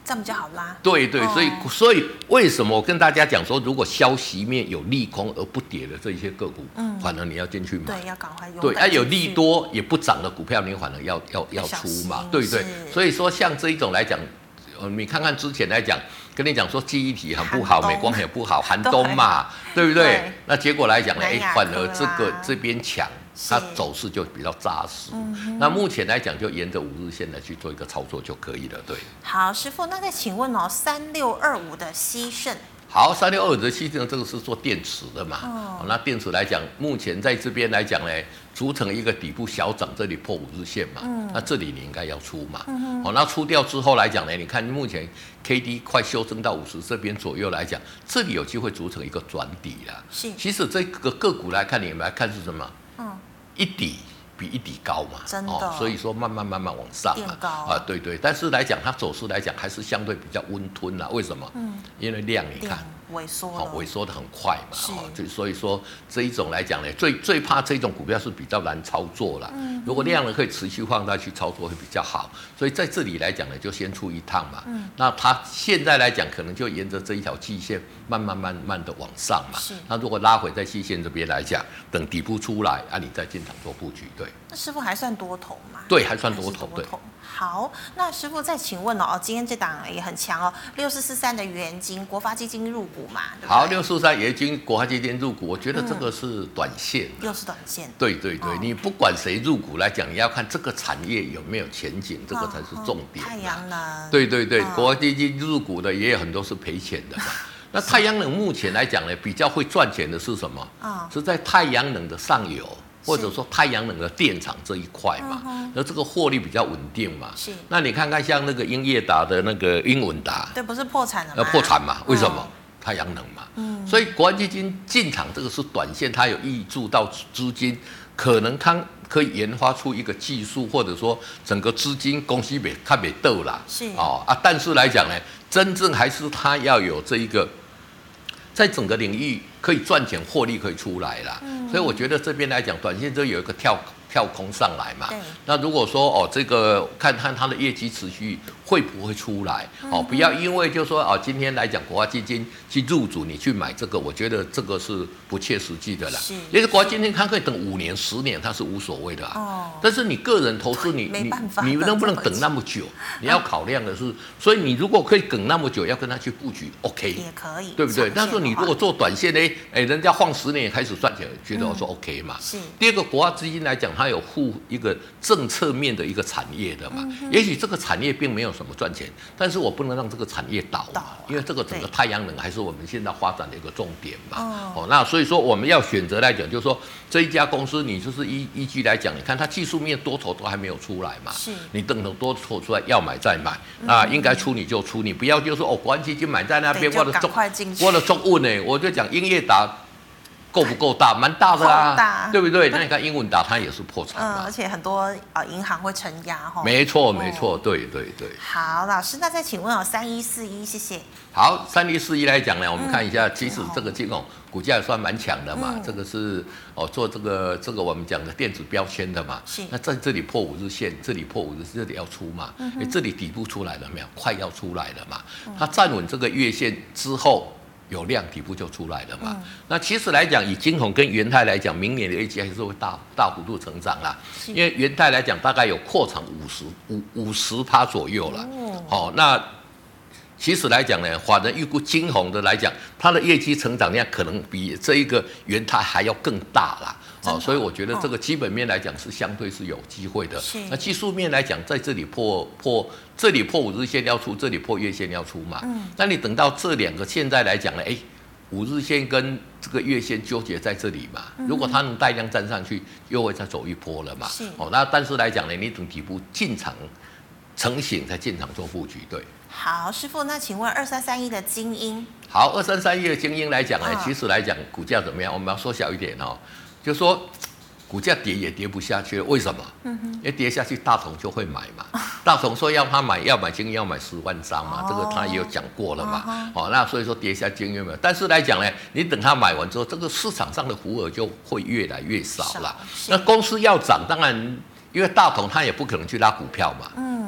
这样比较好拉。 对对，所以为什么我跟大家讲说，如果消息面有利空而不跌的这一些个股，反而你要进去买。 对，要赶快用。 对，有利多也不涨的股票，你反而要出嘛。对对，所以说像这一种来讲，你看看之前来讲，跟你讲说记忆体很不好，美光也不好，寒冬嘛，对不对？那结果来讲呢，反而这边强。它走势就比较扎实，那目前来讲就沿着5日线来去做一个操作就可以了，对。 好，师傅，那再请问3625的西盛。 好，3625的西盛这个是做电池的嘛？那电池来讲，目前在这边来讲呢，组成一个底部小涨，这里破5日线嘛，那这里你应该要出嘛。那出掉之后来讲呢，你看目前 KD 快修正到50这边左右来讲，这里有机会组成一个转底了。其实这个个股来看，你们来看是什么？一底比一底高嘛， 真的， 所以说慢慢往上嘛，对对，但是来讲它走势来讲还是相对比较温吞啦，为什么？因为量你看萎缩的很快嘛，所以说这一种来讲呢，最怕这种股票是比较难操作啦。如果量呢可以持续放大去操作会比较好，所以在这里来讲呢，就先出一趟嘛。那它现在来讲可能就沿着这一条季线慢慢的往上嘛。那如果拉回在季线这边来讲，等底部出来你再进场做布局，对。 那师傅还算多头吗？ 对，还算多头，对。 好，那师傅再请问今天这档也很强6443的元晶国发基金入股嘛？ 好，6443元晶国发基金入股，我觉得这个是短线， 又是短线。 对对对，你不管谁入股来讲，你要看这个产业有没有前景，这个才是重点。 太阳能。 对对对，国发基金入股的也有很多是赔钱的嘛。那太阳能目前来讲呢，比较会赚钱的是什么？是在太阳能的上游。或者说太阳能的电厂这一块嘛，那这个获利比较稳定嘛。那你看看像那个英业达的那个英文达， 对，不是破产了吗？ 破产嘛？为什么？太阳能嘛。所以国安基金进场这个是短线，它有挹注到资金，可能它可以研发出一个技术，或者说整个资金公司它没斗啦。但是来讲呢，真正还是它要有这一个。在整个领域可以赚钱获利可以出来啦，所以我觉得这边来讲，短线就有一个跳空上来嘛。那如果说这个看它的业绩持续会不会出来不要因为就说今天来讲国发基金去入主你去买这个，我觉得这个是不切实际的啦。因为国发基金它可以等5年10年，它是无所谓的但是你个人投资你能不能等那么久？你要考量的是，所以你如果可以等那么久，要跟他去布局 ，OK 也可以， 对不对？但是你如果做短线呢，人家放10年也开始赚钱，觉得我说 OK 嘛。第二个国发基金来讲，它有护一个政策面的一个产业的嘛，也许这个产业并没有什么赚钱，但是我不能让这个产业倒嘛，因为这个整个太阳能还是我们现在发展的一个重点嘛。那所以说我们要选择来讲，就是说这一家公司，你就是依据来讲，你看它技术面多头都还没有出来嘛，你等等多头出来要买再买，应该出你就出，你不要就说国安基金买在那边，我的中问呢，我就讲英业达。够不够大？蛮大的啊，对不对？那你看英文达它也是破产嘛， 而且很多银行会承压没错，对对对。 好，老师，那再请问3141，谢谢。 好，3141来讲呢，我们看一下，其实这个金融股价也算蛮强的嘛，这个是做这个我们讲的电子标签的嘛。那在这里破5日线，这里破5日线，这里要出嘛？这里底部出来了没有？快要出来了嘛？它站稳这个月线之后。有量底部就出来了嘛？那其实来讲，以金鸿跟元泰来讲，明年的业绩还是会大幅度成长啦。因为元泰来讲，大概有扩产50%左右了。那其实来讲呢，法人预估金鸿的来讲，它的业绩成长量可能比这一个元泰还要更大啦。所以我觉得这个基本面来讲是相对是有机会的。那技术面来讲，在这里破5日线要出，这里破月线要出嘛。那你等到这两个现在来讲呢，5日线跟这个月线纠结在这里嘛。如果它能带量站上去，又会再走一波了嘛。那但是来讲呢，你等底部进场成型才进场做布局，对。 好，师傅，那请问2331的精英。 好，2331的精英来讲呢，其实来讲股价怎么样？我们要缩小一点就说股价跌也跌不下去了，为什么？因为跌下去大同就会买嘛。大同说要他买，要买精英要买10万张嘛，这个他也有讲过了嘛。那所以说跌下精英嘛，但是来讲呢，你等他买完之后，这个市场上的浮额就会越来越少了。那公司要涨，当然因为大同他也不可能去拉股票嘛，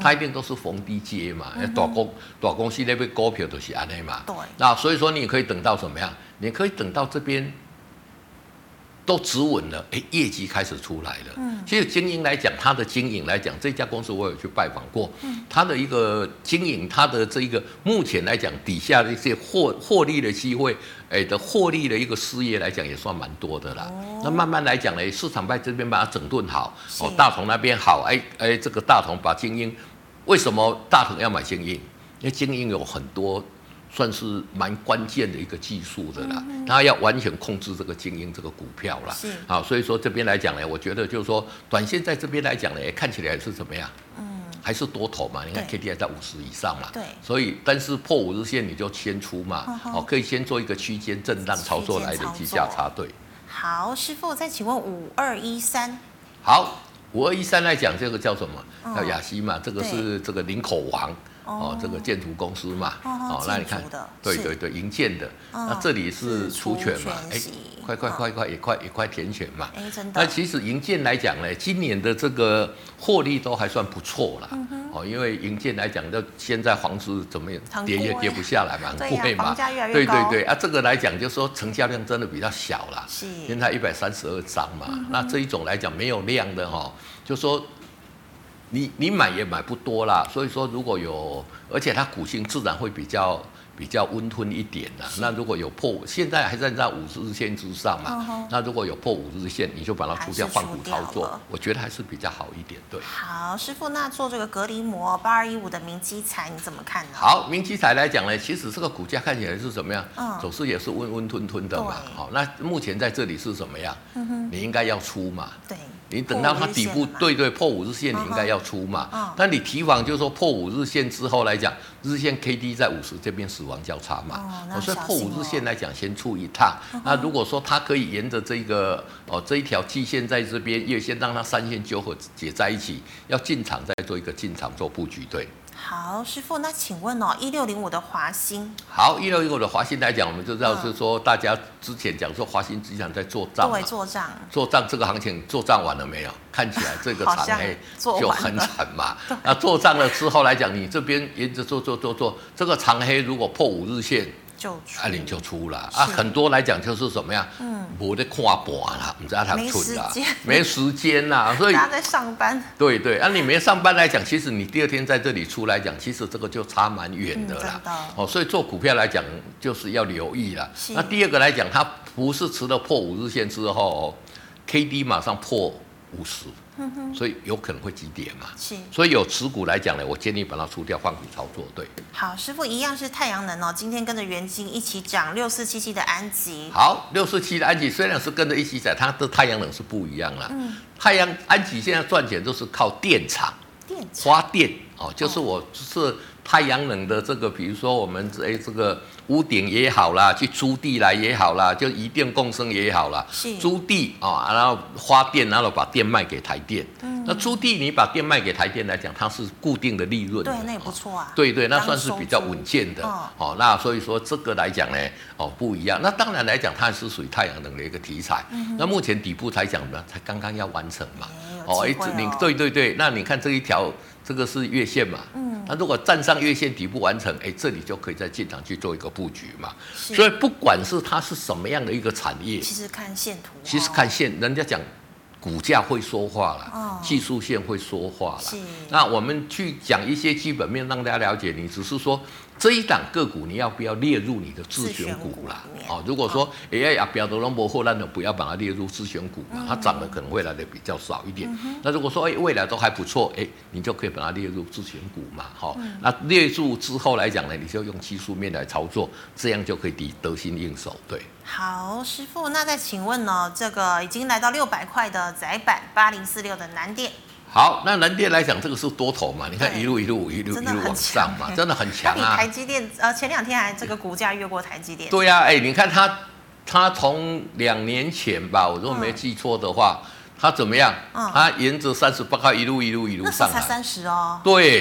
它一定都是逢低接嘛。大公司那边股票都是安内嘛。 对。 那所以说你可以等到怎么样？你可以等到这边都止稳了，业绩开始出来了。其实经营来讲，它的经营来讲，这家公司我有去拜访过，它的一个经营，它的这一个目前来讲，底下的一些获利的机会，的获利的一个事业来讲，也算蛮多的啦。那慢慢来讲呢，市场派这边把它整顿好，大同那边好，这个大同把精英，为什么大同要买精英？因为精英有很多。算是蛮关键的一个技术的啦，他要完全控制这个精英这个股票啦。好，所以说这边来讲呢，我觉得就是说，短线在这边来讲呢，看起来是怎么样？还是多头嘛？你看 KDI 在50以上嘛， 对， 所以但是破5日线你就先出嘛，可以先做一个区间震荡操作来累积价差。对， 好，师傅再请问5213。 好，5213来讲，这个叫什么？叫亚西嘛，这个是这个林口王。这个建图公司嘛，那你看，对，营建的，那这里是出权嘛，也快填权嘛， 真的。 那其实营建来讲呢，今年的这个获利都还算不错啦，因为营建来讲，就现在房子怎么跌也跌不下来嘛，很贵嘛， 房价越来越高。 对，这个来讲就是说成交量真的比较小啦，现在132张嘛，那这一种来讲没有量的就说。你买也买不多啦，所以说如果有，而且它股性自然会比较温吞一点啦。那如果有破，现在还在50日线之上嘛，那如果有破5日线，你就把它出掉换股操作，我觉得还是比较好一点。对。 好，师傅，那做这个隔离膜8215的明基材你怎么看呢？ 好，明基材来讲呢，其实这个股价看起来是怎么样？走势也是温吞吞的嘛。好，那目前在这里是怎么样？你应该要出嘛。 对。 你等到它底部对破5日线，你应该要出嘛。但你提防就是说破5日线之后来讲，日线 KD 在50这边死亡交叉嘛。所以破5日线来讲，先出一趟。那如果说它可以沿着这一条季线在这边，也先让它3线纠合结在一起，要进场再做一个进场做布局。对。 好，师傅，那请问1605的华兴。 好，1605的华兴来讲，我们就知道是说，大家之前讲说华兴集团在做账， 对， 做账这个行情做账完了没有？看起来这个长黑就很惨嘛。那做账了之后来讲，你这边沿着做，这个长黑如果破5日线。你就出了很多来讲就是怎么样，没得看盘啦，不知道他出啦，没时间啦，所以大家在上班。 对，你没上班来讲，其实你第二天在这里出来讲，其实这个就差蛮远的啦。所以做股票来讲就是要留意啦。那第二个来讲，它不是吃了破5日线之后，KD 马上破50。所以有可能会急跌嘛，所以有持股来讲呢，我建议把它出掉，换股操作。对， 好，师傅一样是太阳能今天跟着元晶一起涨6477的安吉。 好，647的安吉虽然是跟着一起涨，它的太阳能是不一样啦。安吉现在赚钱都是靠电厂，发电就是我是太阳能的这个，比如说我们这个屋顶也好啦，去租地来也好啦，就移电共生也好啦，租地然后发电，然后把电卖给台电。那租地你把电卖给台电来讲，它是固定的利润， 对，那也不错啊。 对，那算是比较稳健的。那所以说这个来讲呢，不一样。那当然来讲，它是属于太阳能的一个题材。那目前底部才讲的，才刚刚要完成嘛。对，那你看这一条。这个是月线嘛，那如果站上月线底部完成，这里就可以再进场去做一个布局嘛。所以不管是它是什么样的一个产业， 其实看线图， 其实看线，人家讲股价会说话了，技术线会说话了。那我们去讲一些基本面，让大家了解，你只是说这一档个股你要不要列入你的自选股啦？如果说表的龙博后，那就不要把它列入自选股嘛，它涨的可能会来的比较少一点。那如果说未来都还不错，你就可以把它列入自选股嘛。那列入之后来讲呢，你就用技术面来操作，这样就可以得心应手。对。 好，师傅，那再请问呢？这个已经来到600块的载板8046的南电。 好，那南电来讲，这个是多头嘛？你看一路往上嘛，真的很强啊！ 比台积电前2天还这个股价越过台积电。 对啊，你看它从2年前吧，我如果没记错的话，它怎么样？它沿着38块一路上来， 那时候才30哦。 对，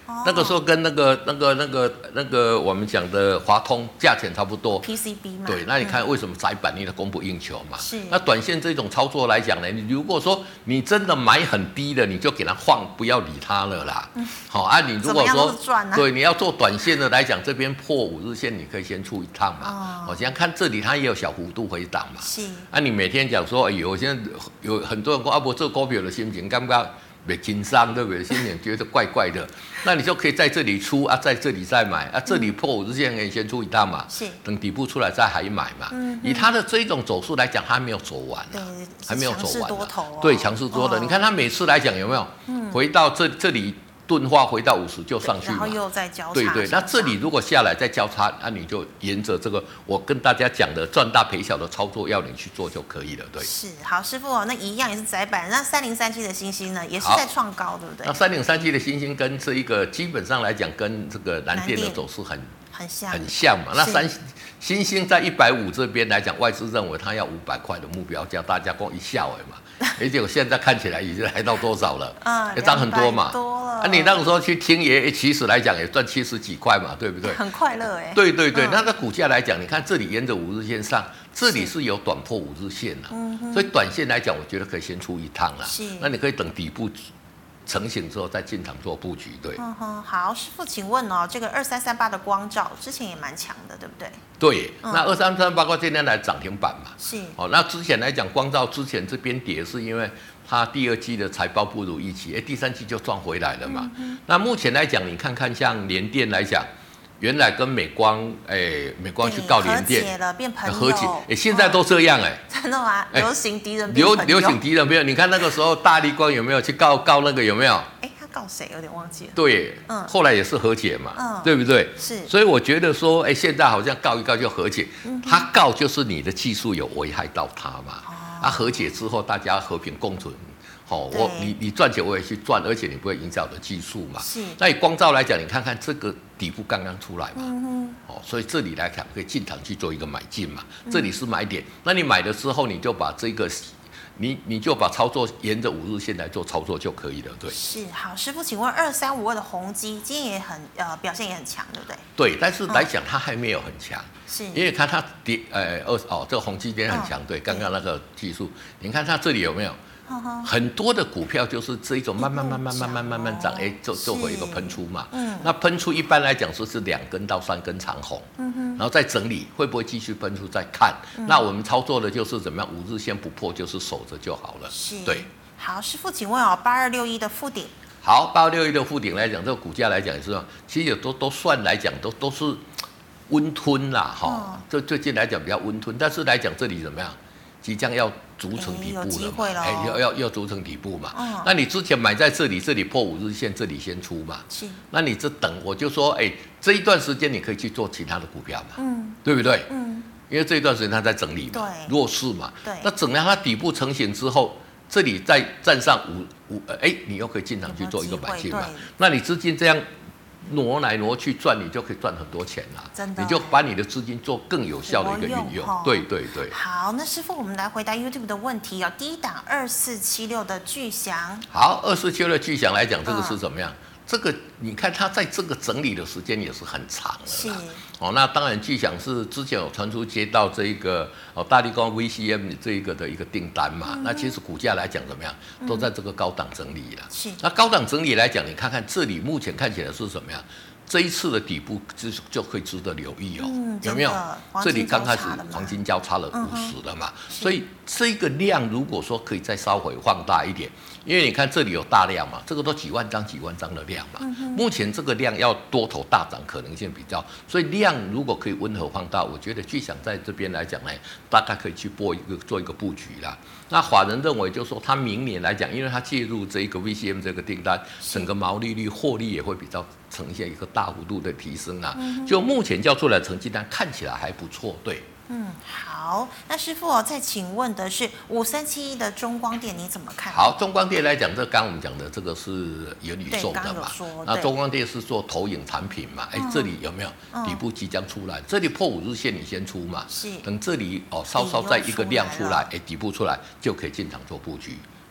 那个时候跟那个我们讲的华通价钱差不多 ，PCB 嘛。 对，那你看为什么窄板因为供不应求嘛？ 是。 那短线这种操作来讲呢，你如果说你真的买很低的，你就给它放，不要理它了啦。好啊，你如果说对你要做短线的来讲，这边破5日线，你可以先出一趟嘛。我现在看这里它也有小幅度回档嘛。 是。 啊，你每天讲说，哎呦，我现在有很多人说啊，我做股票的心情刚刚。别紧张，对不对？心里觉得怪怪的，那你就可以在这里出啊，在这里再买啊，这里破5日线可以先出一趟嘛， 是等底部出来再还买嘛。以它的这种走势来讲，它还没有走完啊，还没有走完啊。对，强势多的，你看它每次来讲有没有回到这里？钝化回到50就上去嘛， 然后又再交叉。 对，那这里如果下来再交叉，那你就沿着这个我跟大家讲的赚大赔小的操作要领去做就可以了。对， 是好师傅哦，那一样也是窄板，那3037的星星呢，也是在创高，对不对？ 那3037的星星跟这一个基本上来讲，跟这个南电的走势很像嘛。那星星在150这边来讲，外资认为它要500块的目标价，大家光一笑嘛。结果现在看起来已经来到多少了？也涨很多嘛。啊，你那个时候去听也其实来讲也赚70几块嘛，对不对？ 很快乐哎。 对，那股价来讲，你看这里沿着5日线上，这里是有短破5日线的，所以短线来讲，我觉得可以先出一趟啦。那你可以等底部成型之后再进场做布局，对。 好，师傅，请问哦，这个2338的光罩之前也蛮强的，对不对？ 对，那2338包括今天来涨停板嘛， 是。 那之前来讲，光罩之前这边跌是因为它第2季的财报不如预期，第3季就赚回来了嘛。那目前来讲，你看看像联电来讲，原来跟美光去告联电和解了，变朋友， 和解，现在都这样真的吗？流行敌人流行敌人没有？你看那个时候大立光有没有去告那个有没有？ 他告谁？有点忘记了。 对，后来也是和解嘛，对不对？ 是。 所以我觉得说，现在好像告一告就和解，他告就是你的技术有危害到他嘛，和解之后大家和平共存。你赚钱我也去赚，而且你不会影响我的技术嘛。 是。 那以光罩来讲，你看看这个底部刚刚出来嘛，所以这里来讲可以进场去做一个买进嘛，这里是买点。那你买了之后，你就把这个。你就把操作沿着5日线来做操作就可以了，对。 是，好，师傅，请问2352的宏基今天也很表现也很强，对不对？ 对，但是来讲它还没有很强， 是因为看它跌这个宏基今天很强，对，刚刚那个技术，你看它这里有没有？很多的股票就是这一种慢慢涨，就会有一个喷出嘛。那喷出一般来讲是2根到3根长红，然后再整理，会不会继续喷出再看。那我们操作的就是怎么样，5日线不破就是守着就好了。 是， 对。 好，师傅，请问8261的富鼎。 好，8261的富鼎来讲，这个股价来讲也是，其实都算来讲都是温吞啦，这最近来讲比较温吞，但是来讲这里怎么样？即将要组成底部了嘛？要组成底部嘛？那你之前买在这里破5日线，这里先出嘛？ 是。 那你这等，我就说，这一段时间你可以去做其他的股票嘛？对不对？因为这一段时间它在整理嘛，弱势嘛。 对。 那整到它底部成型之后，这里再站上你又可以进场去做一个买进嘛？那你资金这样挪来挪去赚，你就可以赚很多钱啦。 真的， 你就把你的资金做更有效的一个运用。对。 好，那师傅，我们来回答 YouTube 的问题哦。第一档2476的巨翔。 好，2476的巨翔来讲，这个是怎么样？这个你看它在这个整理的时间也是很长的。 是。 那当然巨翔是之前有传出接到这一个大立光 VCM 这一个的一个订单嘛。那其实股价来讲怎么样，都在这个高档整理了。 是。 那高档整理来讲，你看看这里目前看起来是什么样？这一次的底部就可以值得留意有没有？这里刚开始黄金交叉了50了嘛，所以这个量如果说可以再稍微放大一点，因为你看这里有大量嘛，这个都几万张的量嘛，目前这个量要多头大涨可能性比较，所以量如果可以温和放大，我觉得巨翔在这边来讲呢，大概可以去做一个布局啦。那法人认为就是说，他明年来讲，因为他介入这一个 VCM 这个订单，整个毛利率、获利也会比较呈现一个大幅度的提升啊。就目前交出来的成绩单看起来还不错，对。 好，那师傅再请问的是5371的中光电你怎么看？ 好，中光电来讲，这刚刚我们讲的这个是元宇宙的嘛？那中光电是做投影产品嘛？这里有没有底部即将出来？这里破5日线你先出嘛？ 是。 等这里稍稍在一个量出来，底部出来就可以进场做布局。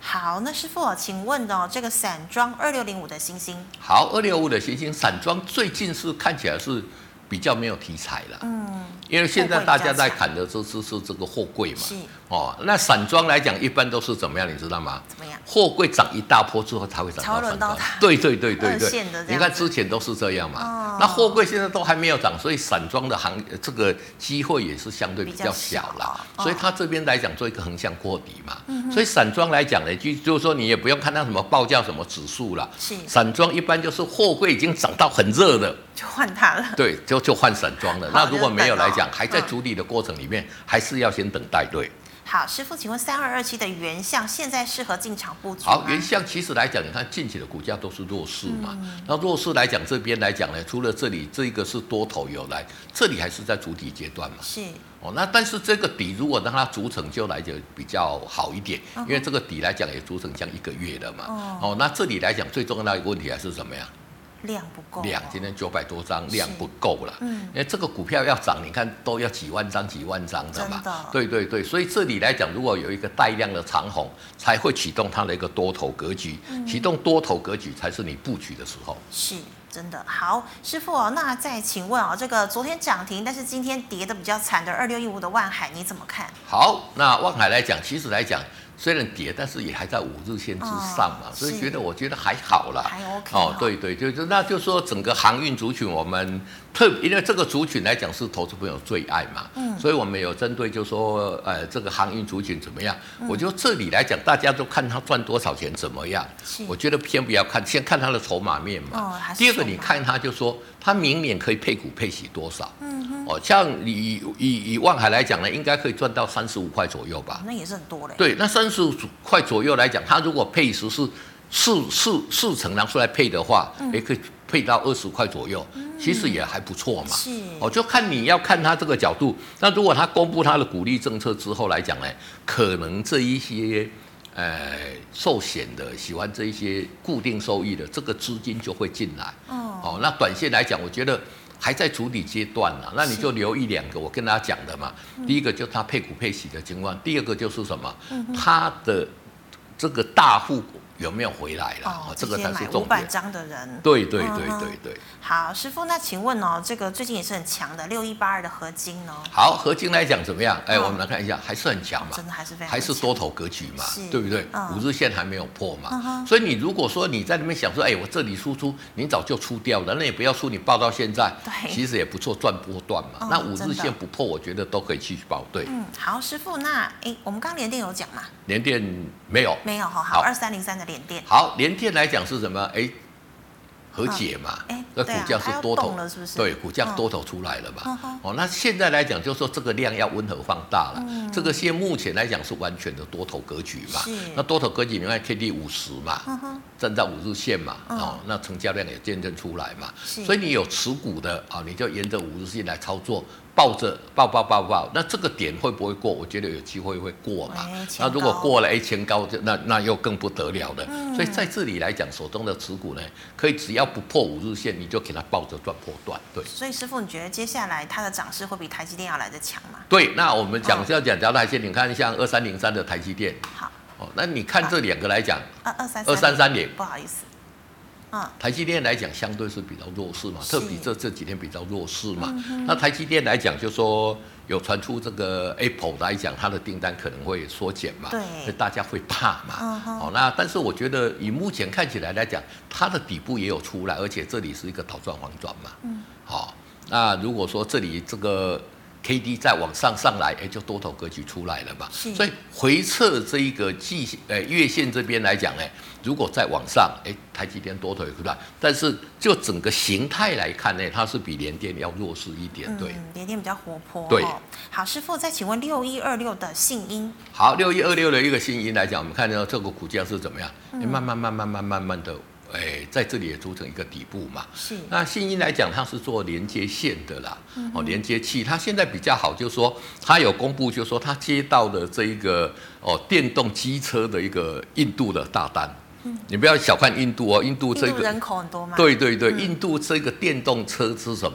好，那师傅，请问这个散装2605的星星， 好，2655的星星散装最近是看起来是比较没有题材了，因为现在大家在砍的是这个货柜嘛， 是那散装来讲一般都是怎么样，你知道吗？ 怎么样？ 货柜涨一大波之后才会涨到散装，对，你看之前都是这样嘛，那货柜现在都还没有涨，所以散装的这个机会也是相对比较小啦，所以它这边来讲做一个横向扩底嘛，所以散装来讲呢，就是说你也不用看它什么报价什么指数啦，散装一般就是货柜已经涨到很热的， 就换它了， 对，就换散装了。那如果没有来讲，还在主理的过程里面，还是要先等待，对。 好，师傅，请问3227的原相现在适合进场布局吗？ 好，原相其实来讲，你看近期的股价都是弱势嘛。那弱势来讲，这边来讲呢，除了这里这个是多头有来，这里还是在主底阶段嘛。 是。 那但是这个底如果让它组成就来就比较好一点，因为这个底来讲也组成像1个月了嘛。那这里来讲最重要的一个问题还是什么呀？ 量不够， 今天900多张，量不够了。因为这个股票要涨，你看都要几万张的嘛。对，所以这里来讲，如果有一个带量的长红，才会启动它的一个多头格局。启动多头格局才是你布局的时候。 是。真的好，师傅那再请问这个昨天涨停，但是今天跌的比较惨的2615的万海，你怎么看？ 好，那万海来讲，其实来讲虽然跌，但是也还在5日线之上嘛，所以我觉得还好啦， 还 OK。 对，那就是说整个航运族群，我们因为这个族群来讲是投资朋友最爱嘛，所以我们有针对就说这个航运族群怎么样？我觉得这里来讲，大家都看它赚多少钱怎么样？我觉得偏不要看，先看它的筹码面嘛。第二个，你看它就说它明年可以配股配息多少？像以万海来讲呢，应该可以赚到35块左右吧？ 那也是很多嘞。 对，那35块左右来讲，它如果配时是四成拿出来配的话，也可以配到20块左右，其实也还不错嘛。就看你要看它这个角度。那如果它公布它的鼓励政策之后来讲呢，可能这一些寿险的喜欢这一些固定收益的这个资金就会进来。那短线来讲，我觉得还在主理阶段呢，那你就留1、2个我跟大家讲的嘛。第一个就是它配股配息的情况，第二个就是什么？它的这个大户有没有回来了？这个才是重点。 500张的人。 对。 好，师傅，那请问这个最近也是很强的6182的合金呢？ 好，合金来讲怎么样？我们来看一下，还是很强嘛， 真的还是非常强， 还是多头格局嘛，对不对？5日线还没有破嘛，所以你如果说你在那边想说，我这里输出，你早就出掉了，那也不要出，你报到现在，其实也不错，赚波段嘛。那5日线不破，我觉得都可以继续报。对， 好，师傅，那我们刚刚联电有讲吗？ 联电没有好，2303的联电。 好，联电来讲是什么？和解嘛，那股价是多头， 了是不是？ 对，股价多头出来了嘛。那现在来讲，就是说这个量要温和放大了。这个目前来讲是完全的多头格局嘛。那多头格局，你看 KD 50嘛，站在5日线嘛，那成交量也见证出来嘛。所以你有持股的你就沿着5日线来操作。抱着抱，那这个点会不会过？我觉得有机会会过嘛。那如果过了前高，那又更不得了了。所以在这里来讲，手中的持股呢，可以只要不破5日线，你就给它抱着赚波段。对。 所以师傅，你觉得接下来它的涨势会比台积电要来得强吗？ 对，那我们讲台积电，你看像2303的台积电。 好。 那你看这2个来讲 ，2330，不好意思。 台积电来讲相对是比较弱势嘛，特别这几天比较弱势嘛。那台积电来讲，就说有传出这个 Apple 来讲，它的订单可能会缩减嘛，所以大家会怕嘛。那但是我觉得以目前看起来来讲，它的底部也有出来，而且这里是一个倒转黄转嘛。那如果说这里这个 KD 再往上来，就多头格局出来了嘛。所以回测这一个月线这边来讲呢，如果再往上，台积电多头也出来，但是就整个形态来看呢，它是比联电要弱势一点。对， 联电比较活泼。 对。 好，师傅，再请问6126的信音。 好，6126的一个信音来讲，我们看到这个股价是怎么样？慢慢的。在这里也组成一个底部嘛。那信音来讲，它是做连接线的啦，连接器。它现在比较好，就是说它有公布，就是说它接到的这一个电动机车的一个印度的大单。你不要小看印度哦，印度这个人口很多嘛。 对，印度这个电动车是什么样？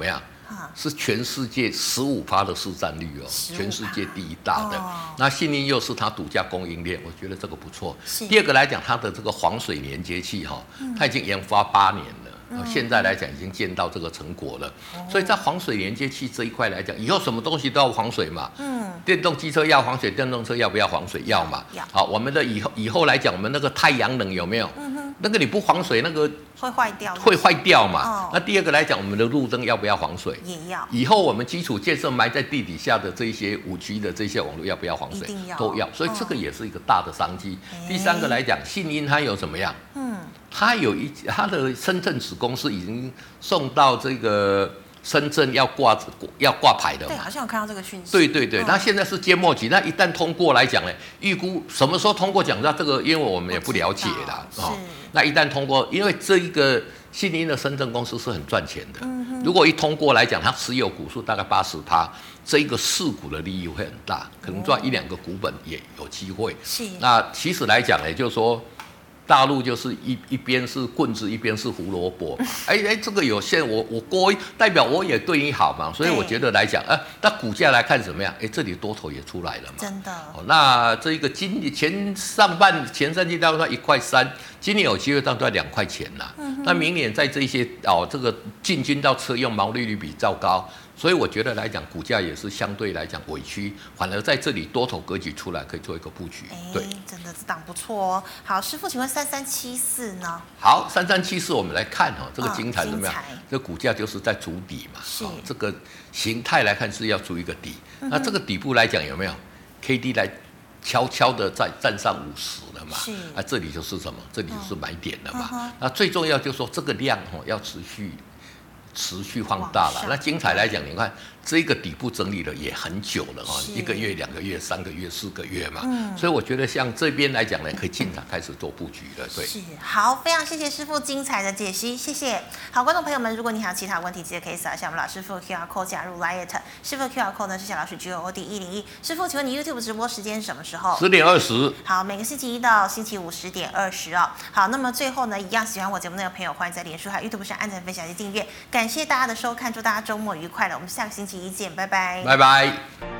是全世界15%的市占率哦，全世界第一大的。那信鹰又是它独家供应链，我觉得这个不错。第二个来讲，它的这个防水连接器它已经研发8年了。现在来讲已经见到这个成果了，所以在防水连接器这一块来讲，以后什么东西都要防水嘛。电动机车要防水，电动车要不要防水？要嘛。好，我们的以后来讲，我们那个太阳能有没有？那个你不防水，那个会坏掉。 会坏掉嘛。那第二个来讲，我们的路灯要不要防水？ 也要。 以后我们基础建设埋在地底下的这些5G 的这些网络要不要防水？ 一定要。 都要。所以这个也是一个大的商机。第三个来讲，信鹰它有怎么样？它的深圳子公司已经送到这个深圳要挂牌的嘛？ 对，好像有看到这个讯息。 对，那现在是揭末期，那一旦通过来讲呢，预估什么时候通过讲到这个，因为我们也不了解啦。那一旦通过，因为这一个信鹰的深圳公司是很赚钱的。如果一通过来讲，它持有股数大概80%，这一个市股的利益会很大，可能赚1-2个股本也有机会。那其实来讲呢，就是说。大陆就是一边是棍子，一边是胡萝卜嘛。这个有限，我代表我也对你好嘛，所以我觉得来讲，那股价来看怎么样？这里多头也出来了嘛。 真的。 那这一个前3季大概1.3块，今年有机会到2块钱啦。那明年在这些这个进军到车用毛利率比较高。所以我觉得来讲，股价也是相对来讲委屈，反而在这里多头格局出来，可以做一个布局。对， 真的这档不错哦。好，师傅，请问3374呢？ 好，3374我们来看这个精彩怎么样？这股价就是在筑底嘛。这个形态来看是要筑一个底。那这个底部来讲有没有 ？KD 来悄悄的在站上50了嘛？那这里就是什么？这里就是买点了嘛。那最重要就是说这个量要持续放大了。那精彩来讲，你看这个底部整理了也很久了1个月、2个月、3个月、4个月嘛。所以我觉得像这边来讲呢，可以进场开始做布局了。对， 是好，非常谢谢师傅精彩的解析，谢谢。好，观众朋友们，如果你还有其他问题，直接可以扫一下我们老师傅的 QR code 加入 Lite。师傅的 QR code 呢是小老鼠 GOD101。师傅，请问你 YouTube 直播时间什么时候 ？10点20。 好，每个星期一到星期五10点20哦。好，那么最后呢，一样喜欢我节目的朋友，欢迎在脸书还有 YouTube 上按赞、分享及订阅。感谢大家的收看，祝大家周末愉快了。我们下个星期一见，拜拜。 拜拜。